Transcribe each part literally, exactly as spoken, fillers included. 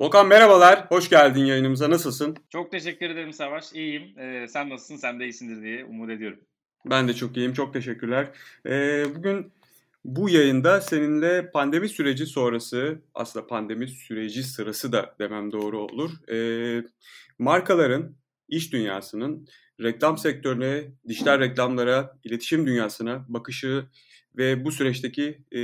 Volkan merhabalar, hoş geldin yayınımıza. Nasılsın? Çok teşekkür ederim Savaş. İyiyim. Ee, sen nasılsın? Sen de iyisindir diye umut ediyorum. Ben de çok iyiyim, çok teşekkürler. Ee, bugün bu yayında seninle pandemi süreci sonrası, aslında pandemi süreci sırası da demem doğru olur. Ee, markaların, iş dünyasının reklam sektörüne, dijital reklamlara, iletişim dünyasına bakışı ve bu süreçteki e,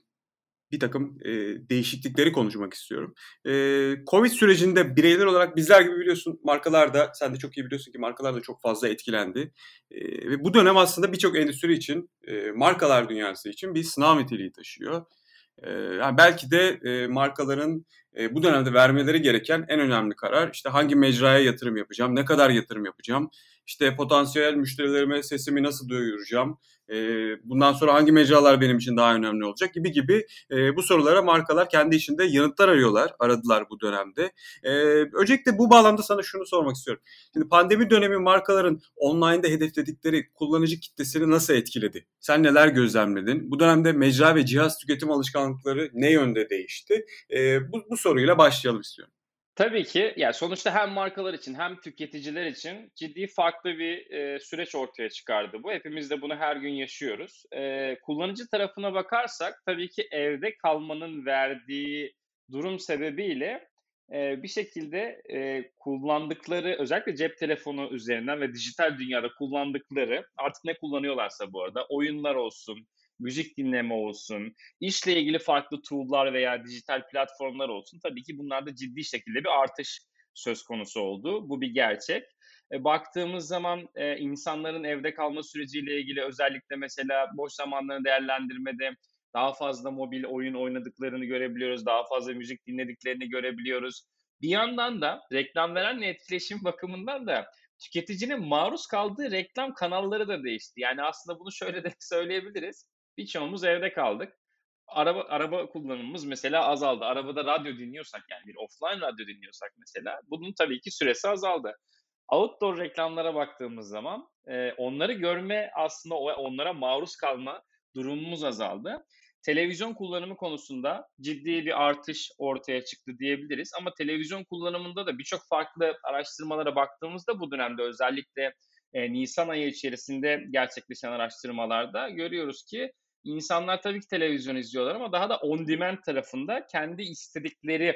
bir takım e, değişiklikleri konuşmak istiyorum. E, Covid sürecinde bireyler olarak bizler gibi biliyorsun markalar da, sen de çok iyi biliyorsun ki markalar da çok fazla etkilendi. E, ve bu dönem aslında birçok endüstri için, e, markalar dünyası için bir sınav niteliği taşıyor. E, yani belki de e, markaların e, bu dönemde vermeleri gereken en önemli karar, işte hangi mecraya yatırım yapacağım, ne kadar yatırım yapacağım, işte potansiyel müşterilerime sesimi nasıl duyuracağım, e, bundan sonra hangi mecralar benim için daha önemli olacak gibi gibi e, bu sorulara markalar kendi içinde yanıtlar arıyorlar, aradılar bu dönemde. E, öncelikle bu bağlamda sana şunu sormak istiyorum. Şimdi pandemi dönemi markaların online'da hedefledikleri kullanıcı kitlesini nasıl etkiledi? Sen neler gözlemledin? Bu dönemde mecra ve cihaz tüketim alışkanlıkları ne yönde değişti? E, bu, bu soruyla başlayalım istiyorum. Tabii ki. Ya sonuçta hem markalar için hem tüketiciler için ciddi farklı bir e, süreç ortaya çıkardı bu. Hepimiz de bunu her gün yaşıyoruz. E, kullanıcı tarafına bakarsak tabii ki evde kalmanın verdiği durum sebebiyle e, bir şekilde e, kullandıkları özellikle cep telefonu üzerinden ve dijital dünyada kullandıkları artık ne kullanıyorlarsa bu arada oyunlar olsun, müzik dinleme olsun, İşle ilgili farklı tool'lar veya dijital platformlar olsun. Tabii ki bunlarda ciddi şekilde bir artış söz konusu oldu. Bu bir gerçek. E, baktığımız zaman e, insanların evde kalma süreciyle ilgili özellikle mesela boş zamanlarını değerlendirmede daha fazla mobil oyun oynadıklarını görebiliyoruz. Daha fazla müzik dinlediklerini görebiliyoruz. Bir yandan da reklam verenle etkileşim bakımından da tüketicinin maruz kaldığı reklam kanalları da değişti. Yani aslında bunu şöyle de söyleyebiliriz. Birçoğumuz evde kaldık. Araba araba kullanımımız mesela azaldı. Arabada radyo dinliyorsak, yani bir offline radyo dinliyorsak mesela, bunun tabii ki süresi azaldı. Outdoor reklamlara baktığımız zaman, eee, onları görme aslında o onlara maruz kalma durumumuz azaldı. Televizyon kullanımı konusunda ciddi bir artış ortaya çıktı diyebiliriz ama televizyon kullanımında da birçok farklı araştırmalara baktığımızda bu dönemde özellikle, eee, nisan ayı içerisinde gerçekleşen araştırmalarda görüyoruz ki İnsanlar tabii ki televizyon izliyorlar ama daha da on demand tarafında kendi istedikleri,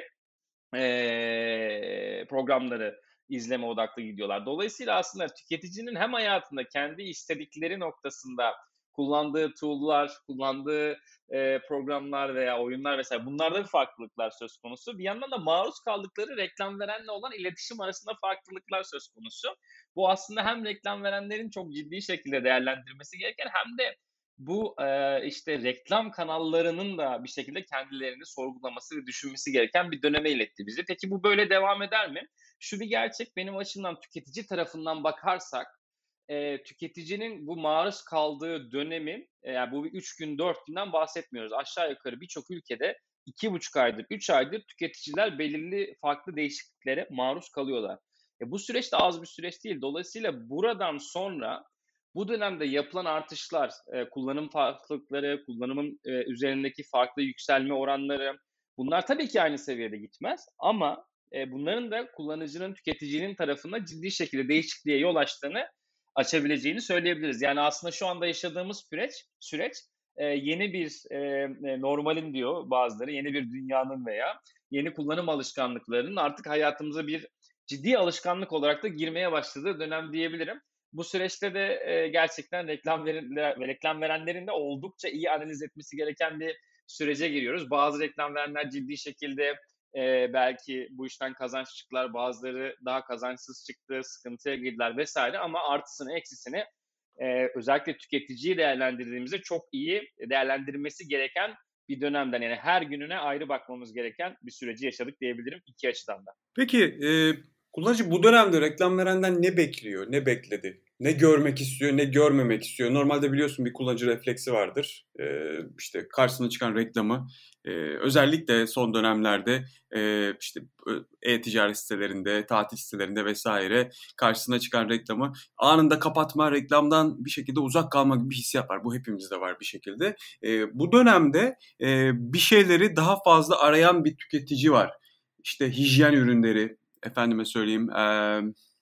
eee, programları izleme odaklı gidiyorlar. Dolayısıyla aslında tüketicinin hem hayatında kendi istedikleri noktasında kullandığı tool'lar, kullandığı, eee, programlar veya oyunlar vesaire bunlarda bir farklılıklar söz konusu. Bir yandan da maruz kaldıkları reklam verenle olan iletişim arasında farklılıklar söz konusu. Bu aslında hem reklam verenlerin çok ciddi şekilde değerlendirmesi gereken hem de bu, eee, işte, reklam kanallarının da bir şekilde kendilerini sorgulaması ve düşünmesi gereken bir döneme iletti bizi. Peki bu böyle devam eder mi? Şu bir gerçek, benim açımdan tüketici tarafından bakarsak, eee, tüketicinin bu maruz kaldığı dönemin, eee, yani bu üç gün, dört günden bahsetmiyoruz. Aşağı yukarı birçok ülkede iki buçuk aydır, üç aydır tüketiciler belirli farklı değişikliklere maruz kalıyorlar. E, bu süreç de az bir süreç değil. Dolayısıyla buradan sonra bu dönemde yapılan artışlar, eee, kullanım farklılıkları, kullanımın, eee, üzerindeki farklı yükselme oranları, bunlar tabii ki aynı seviyede gitmez ama, eee, bunların da kullanıcının, tüketicinin tarafında ciddi şekilde değişikliğe yol açtığını, açabileceğini söyleyebiliriz. Yani aslında şu anda yaşadığımız süreç süreç, eee, yeni bir, eee, eee, normalin diyor bazıları, yeni bir dünyanın veya yeni kullanım alışkanlıklarının artık hayatımıza bir ciddi alışkanlık olarak da girmeye başladığı dönem diyebilirim. Bu süreçte de, eee, gerçekten reklam verenler ve reklam verenlerin de oldukça iyi analiz etmesi gereken bir sürece giriyoruz. Bazı reklam verenler ciddi şekilde, eee, belki bu işten kazanç çıktılar, bazıları daha kazançsız çıktı, sıkıntıya girdiler vesaire ama artısını eksisini, eee, özellikle tüketiciyi değerlendirdiğimizde çok iyi değerlendirilmesi gereken bir dönemden, yani her gününe ayrı bakmamız gereken bir süreci yaşadık diyebilirim iki açıdan da. Peki, eee, kullanıcı bu dönemde reklam verenden ne bekliyor, ne bekledi? Ne görmek istiyor, ne görmemek istiyor? Normalde biliyorsun bir kullanıcı refleksi vardır. Eee, işte karşısına çıkan reklamı, eee, özellikle son dönemlerde eee, işte e-ticaret sitelerinde, tatil sitelerinde vesaire karşısına çıkan reklamı anında kapatma, reklamdan bir şekilde uzak kalma gibi bir hissiyat var. Bu hepimizde var bir şekilde. Eee, bu dönemde eee, bir şeyleri daha fazla arayan bir tüketici var. işte hijyen ürünleri, efendime söyleyeyim, e,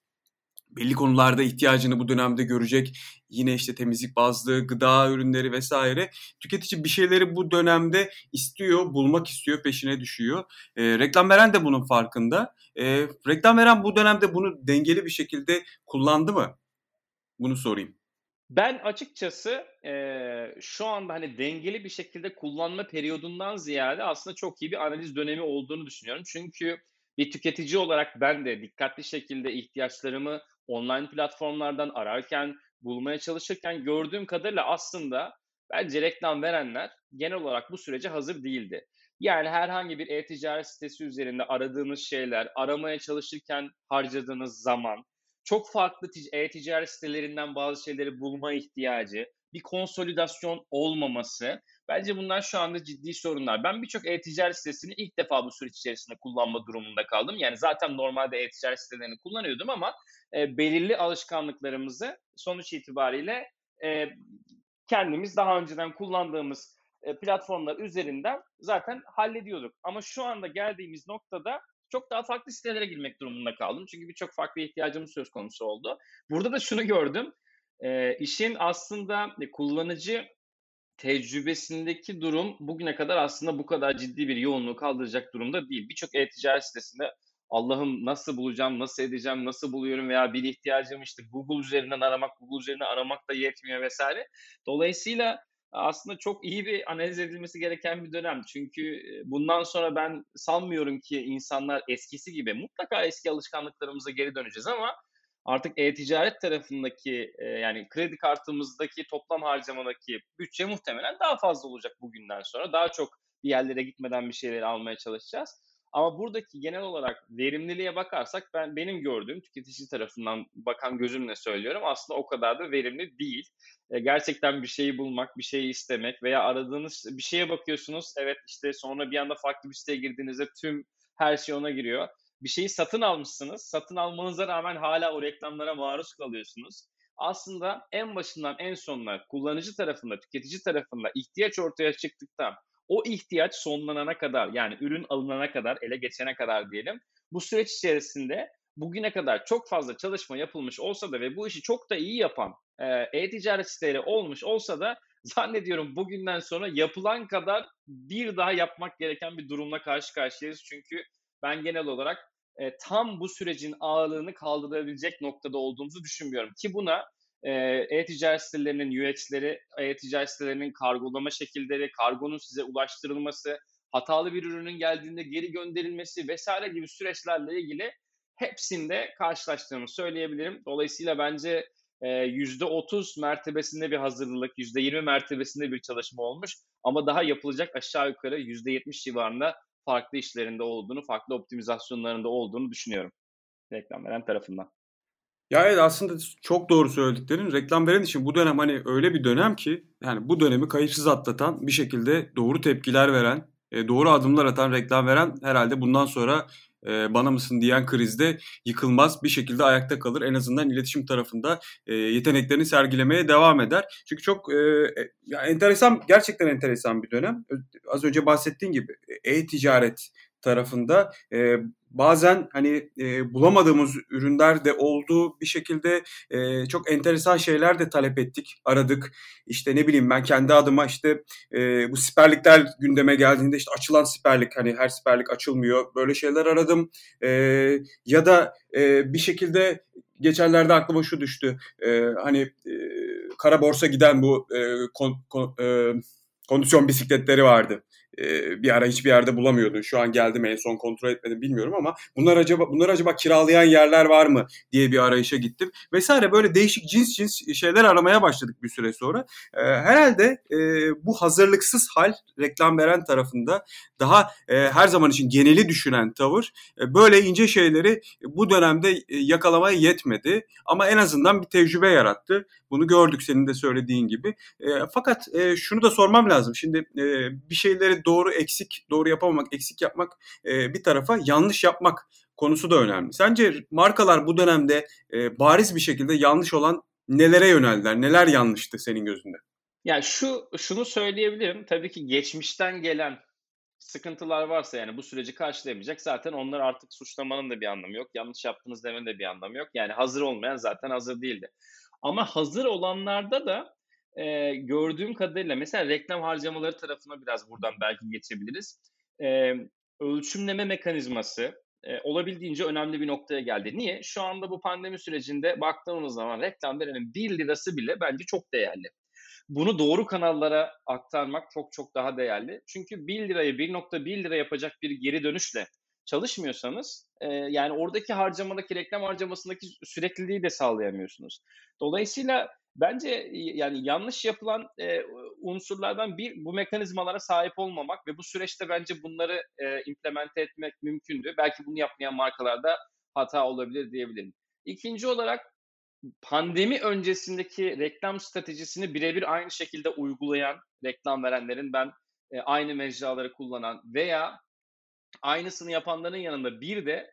belli konularda ihtiyacını bu dönemde görecek yine işte temizlik bazlı gıda ürünleri vesaire. Tüketici bir şeyleri bu dönemde istiyor, bulmak istiyor, peşine düşüyor. E, reklam veren de bunun farkında. E, reklam veren bu dönemde bunu dengeli bir şekilde kullandı mı? Bunu sorayım. Ben açıkçası eee, şu anda hani dengeli bir şekilde kullanma periyodundan ziyade aslında çok iyi bir analiz dönemi olduğunu düşünüyorum. Çünkü bir tüketici olarak ben de dikkatli şekilde ihtiyaçlarımı online platformlardan ararken, bulmaya çalışırken gördüğüm kadarıyla aslında bence reklam verenler genel olarak bu sürece hazır değildi. Yani herhangi bir e-ticaret sitesi üzerinde aradığınız şeyler, aramaya çalışırken harcadığınız zaman, çok farklı tic- e-ticaret sitelerinden bazı şeyleri bulma ihtiyacı, bir konsolidasyon olmaması. Bence bunlar şu anda ciddi sorunlar. Ben birçok e-ticaret sitesini ilk defa bu süreç içerisinde kullanma durumunda kaldım. Yani zaten normalde e-ticaret sitelerini kullanıyordum ama e, belirli alışkanlıklarımızı sonuç itibariyle e, kendimiz daha önceden kullandığımız e, platformlar üzerinden zaten hallediyorduk. Ama şu anda geldiğimiz noktada çok daha farklı sitelere girmek durumunda kaldım. Çünkü birçok farklı ihtiyacımız söz konusu oldu. Burada da şunu gördüm. E, işin aslında e, kullanıcı tecrübesindeki durum bugüne kadar aslında bu kadar ciddi bir yoğunluğu kaldıracak durumda değil. Birçok e-ticaret sitesinde Allah'ım nasıl bulacağım, nasıl edeceğim, nasıl buluyorum veya bir ihtiyacım işte Google üzerinden aramak, Google üzerinden aramak da yetmiyor vesaire. Dolayısıyla aslında çok iyi bir analiz edilmesi gereken bir dönem. Çünkü bundan sonra ben sanmıyorum ki insanlar eskisi gibi mutlaka eski alışkanlıklarımıza geri döneceğiz ama artık e-ticaret tarafındaki e, yani kredi kartımızdaki toplam harcamadaki bütçe muhtemelen daha fazla olacak bugünden sonra. Daha çok bir yerlere gitmeden bir şeyleri almaya çalışacağız. Ama buradaki genel olarak verimliliğe bakarsak ben benim gördüğüm tüketici tarafından bakan gözümle söylüyorum aslında o kadar da verimli değil. E, gerçekten bir şeyi bulmak, bir şeyi istemek veya aradığınız bir şeye bakıyorsunuz. Evet işte sonra bir anda farklı bir siteye girdiğinizde tüm her şey ona giriyor. Bir şeyi satın almışsınız. Satın almanıza rağmen hala o reklamlara maruz kalıyorsunuz. Aslında en başından en sonuna kullanıcı tarafında, tüketici tarafında ihtiyaç ortaya çıktıktan o ihtiyaç sonlanana kadar yani ürün alınana kadar, ele geçene kadar diyelim. Bu süreç içerisinde bugüne kadar çok fazla çalışma yapılmış olsa da ve bu işi çok da iyi yapan e, e-ticaret siteleri olmuş olsa da zannediyorum bugünden sonra yapılan kadar bir daha yapmak gereken bir durumla karşı karşıyayız. Çünkü ben genel olarak e, tam bu sürecin ağırlığını kaldırabilecek noktada olduğumuzu düşünmüyorum. Ki buna e, e-ticaret sitelerinin U X'leri, e-ticaret sitelerinin kargolama şekilleri, kargonun size ulaştırılması, hatalı bir ürünün geldiğinde geri gönderilmesi vesaire gibi süreçlerle ilgili hepsinde karşılaştığımı söyleyebilirim. Dolayısıyla bence e, yüzde otuz mertebesinde bir hazırlık, yüzde yirmi mertebesinde bir çalışma olmuş. Ama daha yapılacak aşağı yukarı yüzde yetmiş civarında farklı işlerinde olduğunu, farklı optimizasyonlarında olduğunu düşünüyorum reklam veren tarafından. Ya evet aslında çok doğru söylediklerin. Reklam veren için bu dönem hani öyle bir dönem ki yani bu dönemi kayıpsız atlatan bir şekilde doğru tepkiler veren, e, doğru adımlar atan reklam veren herhalde bundan sonra e, bana mısın diyen krizde yıkılmaz bir şekilde ayakta kalır. En azından iletişim tarafında e, yeteneklerini sergilemeye devam eder. Çünkü çok e, e, ya enteresan, gerçekten enteresan bir dönem. Az önce bahsettiğin gibi e-ticaret tarafında e, bazen hani e, bulamadığımız ürünler de oldu. Bir şekilde e, çok enteresan şeyler de talep ettik, aradık. İşte ne bileyim ben kendi adıma işte e, bu siperlikler gündeme geldiğinde işte açılan siperlik, hani her siperlik açılmıyor. Böyle şeyler aradım. E, ya da e, bir şekilde geçenlerde aklıma şu düştü. E, hani e, kara borsa giden bu e, kon, kon, e, kondisyon bisikletleri vardı. Ee, bir ara hiçbir yerde bulamıyordun. Şu an geldim, en son kontrol etmedim, bilmiyorum ama bunlar acaba bunlar acaba kiralayan yerler var mı diye bir arayışa gittim. Vesaire böyle değişik cins cins şeyler aramaya başladık bir süre sonra. Ee, herhalde e, bu hazırlıksız hal reklam veren tarafında daha e, her zaman için geneli düşünen tavır e, böyle ince şeyleri bu dönemde e, yakalamaya yetmedi. Ama en azından bir tecrübe yarattı. Bunu gördük senin de söylediğin gibi. E, fakat e, şunu da sormam lazım. Şimdi e, bir şeyleri doğru eksik, doğru yapamamak, eksik yapmak e, bir tarafa, yanlış yapmak konusu da önemli. Sence markalar bu dönemde e, bariz bir şekilde yanlış olan nelere yöneldiler? Neler yanlıştı senin gözünde? Yani şu şunu söyleyebilirim. Tabii ki geçmişten gelen sıkıntılar varsa, yani bu süreci karşılayamayacak, zaten onları artık suçlamanın da bir anlamı yok. Yanlış yaptınız demenin de bir anlamı yok. Yani hazır olmayan zaten hazır değildi. Ama hazır olanlarda da, eee, gördüğüm kadarıyla mesela reklam harcamaları tarafına biraz buradan belki geçebiliriz. Emm, ölçümleme mekanizması, eee, olabildiğince önemli bir noktaya geldi. Niye? Şu anda bu pandemi sürecinde baktığımız zaman reklam verenin bir lirası bile bence çok değerli. Bunu doğru kanallara aktarmak çok çok daha değerli. Çünkü bir lirayı bir nokta bir lira yapacak bir geri dönüşle çalışmıyorsanız, eee, yani oradaki harcamadaki, reklam harcamasındaki sürekliliği de sağlayamıyorsunuz. Dolayısıyla bence, iii, yani yanlış yapılan, eee, unsurlardan bir bu mekanizmalara sahip olmamak ve bu süreçte bence bunları, eee, implemente etmek mümkündü. Belki bunu yapmayan markalarda hata olabilir diyebilirim. İkinci olarak pandemi öncesindeki reklam stratejisini birebir aynı şekilde uygulayan reklam verenlerin ben, eee, aynı mecraları kullanan veya aynısını yapanların yanında bir de,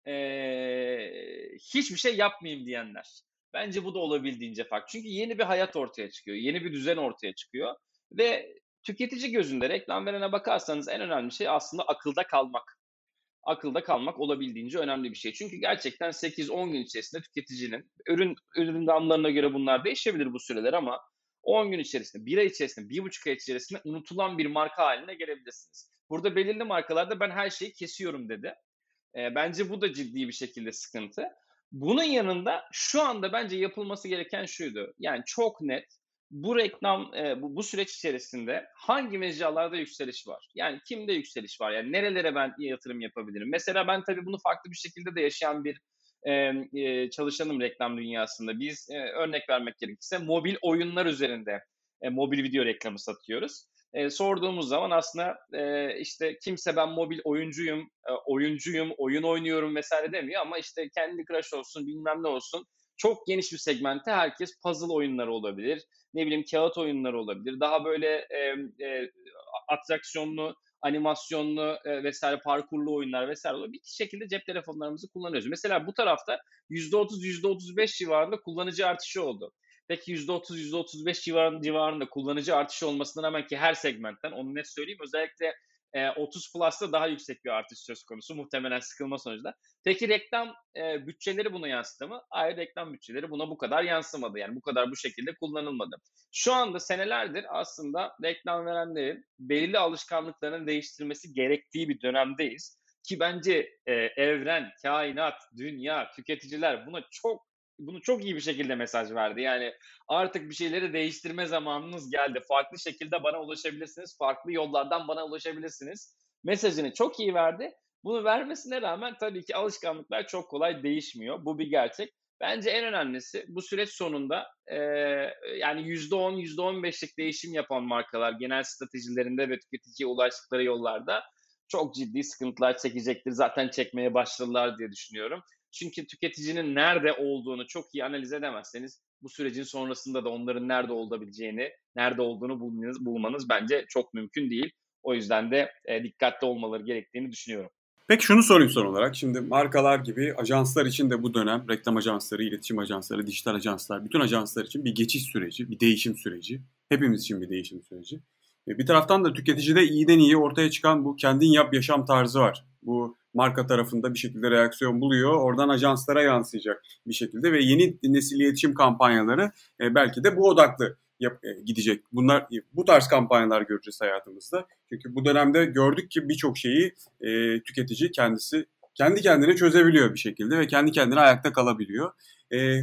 eee, hiçbir şey yapmayayım diyenler. Bence bu da olabildiğince farklı. Çünkü yeni bir hayat ortaya çıkıyor, yeni bir düzen ortaya çıkıyor ve tüketici gözünde reklam verene bakarsanız en önemli şey aslında akılda kalmak. Akılda kalmak olabildiğince önemli bir şey. Çünkü gerçekten sekiz on gün içerisinde tüketicinin ürün ürün damlarına göre bunlar değişebilir bu süreler ama on gün içerisinde, bir ay içerisinde, bir buçuk ay içerisinde unutulan bir marka haline gelebilirsiniz. Burada belirli markalar "Ben her şeyi kesiyorum." dedi. Eee, bence bu da ciddi bir şekilde sıkıntı. Bunun yanında şu anda bence yapılması gereken şuydu: Yani çok net bu reklam, eee, bu bu süreç içerisinde hangi mecralarda yükseliş var? Yani kimde yükseliş var? Yani nerelere ben yatırım yapabilirim? Mesela ben tabii bunu farklı bir şekilde de yaşayan bir, emm, eee, çalışanım reklam dünyasında. Biz, eee, örnek vermek gerekirse mobil oyunlar üzerinde, eee, mobil video reklamı satıyoruz. Eee, sorduğumuz zaman aslında, eee, işte, kimse ben mobil oyuncuyum, eee, oyuncuyum, oyun oynuyorum vesaire demiyor ama, işte, Candy Crush olsun, bilmem ne olsun, çok geniş bir segmentte herkes puzzle oyunları olabilir, ne bileyim kağıt oyunları olabilir. Daha böyle, emm, eee, atraksiyonlu, animasyonlu, eee, vesaire parkurlu oyunlar vesaire oluyor. Bir şekilde cep telefonlarımızı kullanıyoruz. Mesela bu tarafta yüzde otuz yüzde otuz beş civarında kullanıcı artışı oldu. Peki yüzde otuz yüzde otuz beş civarın civarında kullanıcı artışı olmasına rağmen ki her segmentten, onu net söyleyeyim, özellikle, eee, otuz plus'ta daha yüksek bir artış söz konusu muhtemelen sıkılma sonucunda. Peki reklam, eee, bütçeleri buna yansıdı mı? Hayır, reklam bütçeleri buna bu kadar yansımadı. Yani bu kadar bu şekilde kullanılmadı. Şu anda senelerdir aslında reklam verenlerin belirli alışkanlıklarını değiştirmesi gerektiği bir dönemdeyiz ki bence, eee, evren, kainat, dünya, tüketiciler buna çok bunu çok iyi bir şekilde mesaj verdi. Yani artık bir şeyleri değiştirme zamanınız geldi. Farklı şekilde bana ulaşabilirsiniz, farklı yollardan bana ulaşabilirsiniz mesajını çok iyi verdi. Bunu vermesine rağmen tabii ki alışkanlıklar çok kolay değişmiyor. Bu bir gerçek. Bence en önemlisi bu süreç sonunda, eee, yani yüzde on yüzde on beşlik değişim yapan markalar genel stratejilerinde ve tüketiciye ulaştıkları yollarda çok ciddi sıkıntılar çekecektir. Zaten çekmeye başladılar diye düşünüyorum. Çünkü tüketicinin nerede olduğunu çok iyi analiz edemezseniz bu sürecin sonrasında da onların nerede olabileceğini, nerede olduğunu bulmanız bulmanız bence çok mümkün değil. O yüzden de, eee, dikkatli olmaları gerektiğini düşünüyorum. Peki şunu sorayım son olarak. Şimdi markalar gibi ajanslar için de bu dönem reklam ajansları, iletişim ajansları, dijital ajanslar, bütün ajanslar için bir geçiş süreci, bir değişim süreci. Hepimiz için bir değişim süreci. E, Bir taraftan da tüketicide iyiden iyi ortaya çıkan bu kendin yap yaşam tarzı var. Bu marka tarafında bir şekilde reaksiyon buluyor. Oradan ajanslara yansıyacak bir şekilde ve yeni nesil iletişim kampanyaları e, belki de bu odaklı yap, e, gidecek. Bunlar bu tarz kampanyalar göreceğiz hayatımızda. Çünkü bu dönemde gördük ki birçok şeyi e, tüketici kendisi kendi kendine çözebiliyor bir şekilde ve kendi kendine ayakta kalabiliyor. E,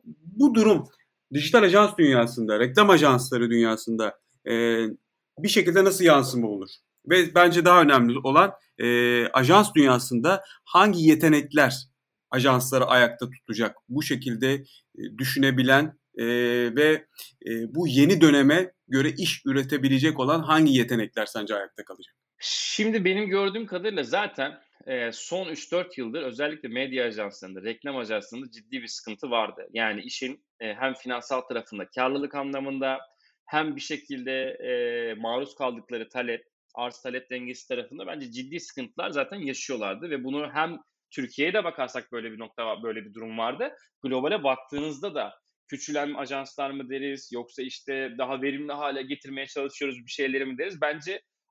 Bu durum dijital ajans dünyasında, reklam ajansları dünyasında e, bir şekilde nasıl yansıma olur? Ve bence daha önemli olan e, ajans dünyasında hangi yetenekler ajansları ayakta tutacak? Bu şekilde e, düşünebilen e, ve e, bu yeni döneme göre iş üretebilecek olan hangi yetenekler sence ayakta kalacak? Şimdi benim gördüğüm kadarıyla zaten, eee, son üç dört yıldır özellikle medya ajanslarında, reklam ajanslarında ciddi bir sıkıntı vardı. Yani işin, eee, hem finansal tarafında kârlılık anlamında hem bir şekilde, eee, maruz kaldıkları talep, arz talep dengesi tarafında bence ciddi sıkıntılar zaten yaşıyorlardı ve bunu hem Türkiye'ye de bakarsak böyle bir nokta var, böyle bir durum vardı. Globale baktığınızda da küçülen ajanslar mı deriz yoksa, işte, daha verimli hâle getirmeye çalışıyoruz bir şeyleri mi deriz? Bence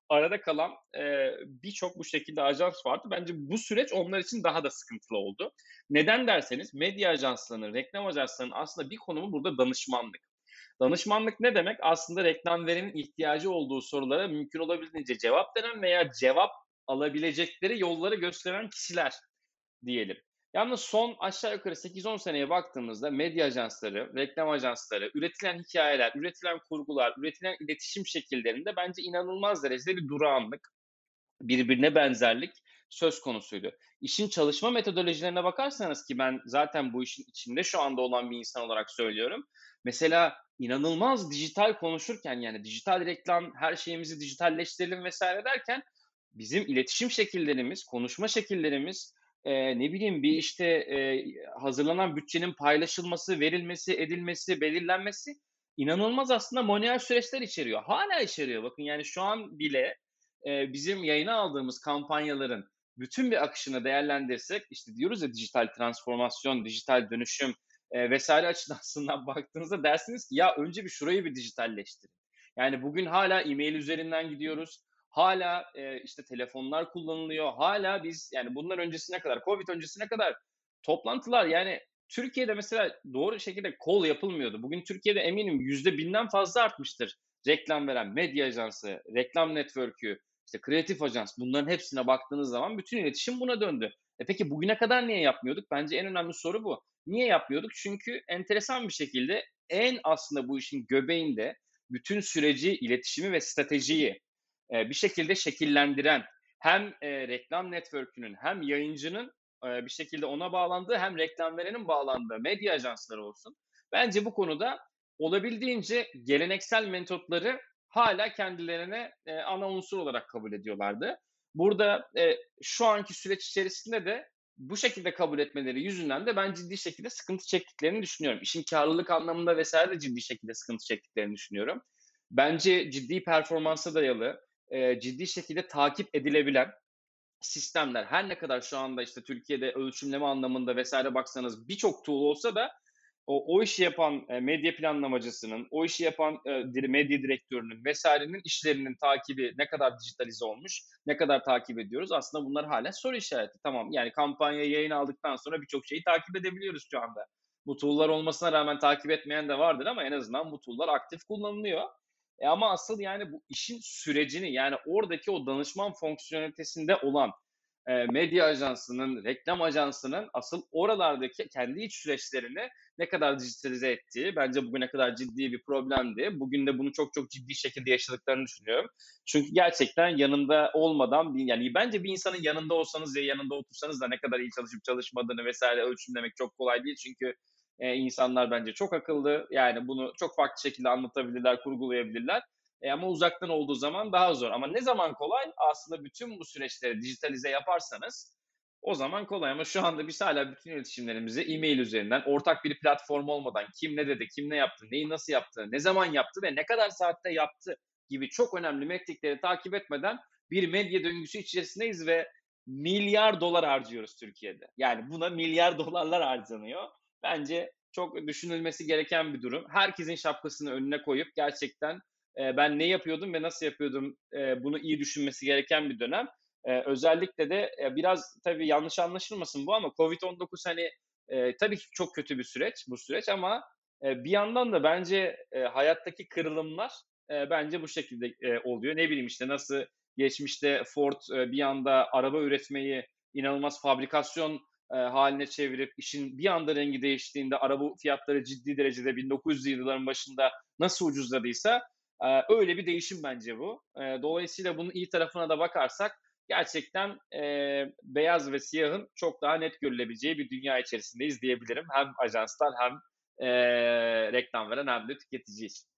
arada kalan e, birçok bu şekilde ajans vardı. Bence bu süreç onlar için daha da sıkıntılı oldu. Neden derseniz medya ajanslarının, reklam ajanslarının aslında bir konumu burada danışmanlık. Danışmanlık ne demek? Aslında reklam verenin ihtiyacı olduğu sorulara mümkün olabildiğince cevap veren veya cevap alabilecekleri yolları gösteren kişiler diyelim. Yalnız son aşağı yukarı sekiz on seneye baktığımızda medya ajansları, reklam ajansları, üretilen hikayeler, üretilen kurgular, üretilen iletişim şekillerinde bence inanılmaz derecede bir durağanlık, birbirine benzerlik söz konusuydu. İşin çalışma metodolojilerine bakarsanız ki ben zaten bu işin içinde şu anda olan bir insan olarak söylüyorum. Mesela inanılmaz dijital konuşurken yani dijital reklam, her şeyimizi dijitalleştirelim vesaire derken bizim iletişim şekillerimiz, konuşma şekillerimiz, eee, ne bileyim bir işte eee, hazırlanan bütçenin paylaşılması, verilmesi, edilmesi, belirlenmesi inanılmaz aslında manuel süreçler içeriyor. Hala içeriyor. Bakın yani şu an bile eee, bizim yayına aldığımız kampanyaların bütün bir akışını değerlendirsek, işte diyoruz ya dijital transformasyon, dijital dönüşüm eee, vesaire açısından baktığınızda dersiniz ki ya önce bir şurayı bir dijitalleştirin. Yani bugün hala e-mail üzerinden gidiyoruz. Hala eee, işte telefonlar kullanılıyor. Hala biz yani bunlar öncesine kadar, Covid öncesine kadar toplantılar yani Türkiye'de mesela doğru şekilde call yapılmıyordu. Bugün Türkiye'de eminim yüzde binden fazla artmıştır reklam veren medya ajansı, reklam network'ü, işte kreatif ajans bunların hepsine baktığınız zaman bütün iletişim buna döndü. E peki bugüne kadar niye yapmıyorduk? Bence en önemli soru bu. Niye yapmıyorduk? Çünkü enteresan bir şekilde en aslında bu işin göbeğinde bütün süreci, iletişimi ve stratejiyi e, bir şekilde şekillendiren hem e, reklam network'ünün hem yayıncının e, bir şekilde ona bağlandığı hem reklam verenin bağlandığı medya ajansları olsun. Bence bu konuda olabildiğince geleneksel metotları hala kendilerine e, ana unsur olarak kabul ediyorlardı. Burada e, şu anki süreç içerisinde de bu şekilde kabul etmeleri yüzünden de ben ciddi şekilde sıkıntı çektiklerini düşünüyorum. İşin karlılık anlamında vesaire de ciddi şekilde sıkıntı çektiklerini düşünüyorum. Bence ciddi performansa dayalı, e, ciddi şekilde takip edilebilen sistemler her ne kadar şu anda işte Türkiye'de ölçümleme anlamında vesaire baksanız birçok tool olsa da o, o işi yapan e, medya planlamacısının, o işi yapan e, medya direktörünün vesairenin işlerinin takibi ne kadar dijitalize olmuş, ne kadar takip ediyoruz aslında bunlar hala soru işareti. Tamam yani kampanya yayın aldıktan sonra birçok şeyi takip edebiliyoruz şu anda. Bu tool'lar olmasına rağmen takip etmeyen de vardır ama en azından bu tool'lar aktif kullanılıyor. E ama asıl yani bu işin sürecini yani oradaki o danışman fonksiyonelitesinde olan e, medya ajansının, reklam ajansının asıl oralardaki kendi iç süreçlerini ne kadar dijitalize ettiği bence bugüne kadar ciddi bir problemdi. Bugün de bunu çok çok ciddi şekilde yaşadıklarını düşünüyorum. Çünkü gerçekten yanında olmadan yani bence bir insanın yanında olsanız ya yanında otursanız da ne kadar iyi çalışıp çalışmadığını vesaire ölçümlemek çok kolay değil. Çünkü e, insanlar bence çok akıllı. Yani bunu çok farklı şekilde anlatabilirler, kurgulayabilirler. E, ama uzaktan olduğu zaman daha zor. Ama ne zaman kolay? Aslında bütün bu süreçleri dijitalize yaparsanız o zaman kolay. Ama şu anda biz hala bütün iletişimlerimizi e-mail üzerinden ortak bir platform olmadan kim ne dedi, kim ne yaptı, neyi nasıl yaptı, ne zaman yaptı ve ne kadar saatte yaptı gibi çok önemli metrikleri takip etmeden bir medya döngüsü içerisindeyiz ve milyar dolar harcıyoruz Türkiye'de. Yani buna milyar dolarlar harcanıyor. Bence çok düşünülmesi gereken bir durum. Herkesin şapkasını önüne koyup gerçekten e, ben ne yapıyordum ve nasıl yapıyordum e, bunu iyi düşünmesi gereken bir dönem. E, özellikle de e, biraz tabii yanlış anlaşılmasın bu ama covid on dokuz hani e, tabii ki çok kötü bir süreç bu süreç ama e, bir yandan da bence e, hayattaki kırılımlar e, bence bu şekilde e, oluyor. Ne bileyim işte nasıl geçmişte Ford e, bir anda araba üretmeyi inanılmaz fabrikasyon e, haline çevirip işin bir anda rengi değiştiğinde araba fiyatları ciddi derecede bin dokuz yüzlü yılların başında nasıl ucuzladıysa e, öyle bir değişim bence bu. E, dolayısıyla bunun iyi tarafına da bakarsak gerçekten e, beyaz ve siyahın çok daha net görülebileceği bir dünya içerisindeyiz diyebilirim. Hem ajanslar hem e, reklam veren hem de tüketici için.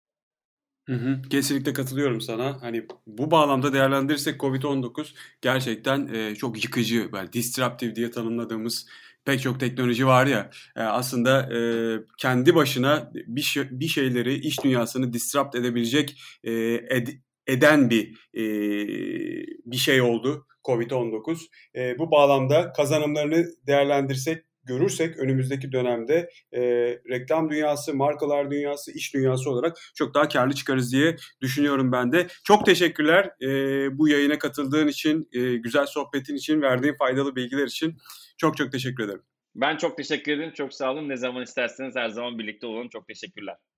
Hı hı, kesinlikle katılıyorum sana. Hani bu bağlamda değerlendirirsek covid on dokuz gerçekten e, çok yıkıcı, böyle disruptive diye tanımladığımız pek çok teknoloji var ya. E, aslında e, kendi başına bir şey, bir şeyleri, iş dünyasını disrupt edebilecek e, ed, eden bir e, bir şey oldu covid on dokuz. E, bu bağlamda kazanımlarını değerlendirsek görürsek önümüzdeki dönemde e, reklam dünyası, markalar dünyası, iş dünyası olarak çok daha karlı çıkarız diye düşünüyorum ben de. Çok teşekkürler e, bu yayına katıldığın için, e, güzel sohbetin için, verdiğin faydalı bilgiler için. Çok çok teşekkür ederim. Ben çok teşekkür ederim. Çok sağ olun. Ne zaman isterseniz her zaman birlikte olalım. Çok teşekkürler.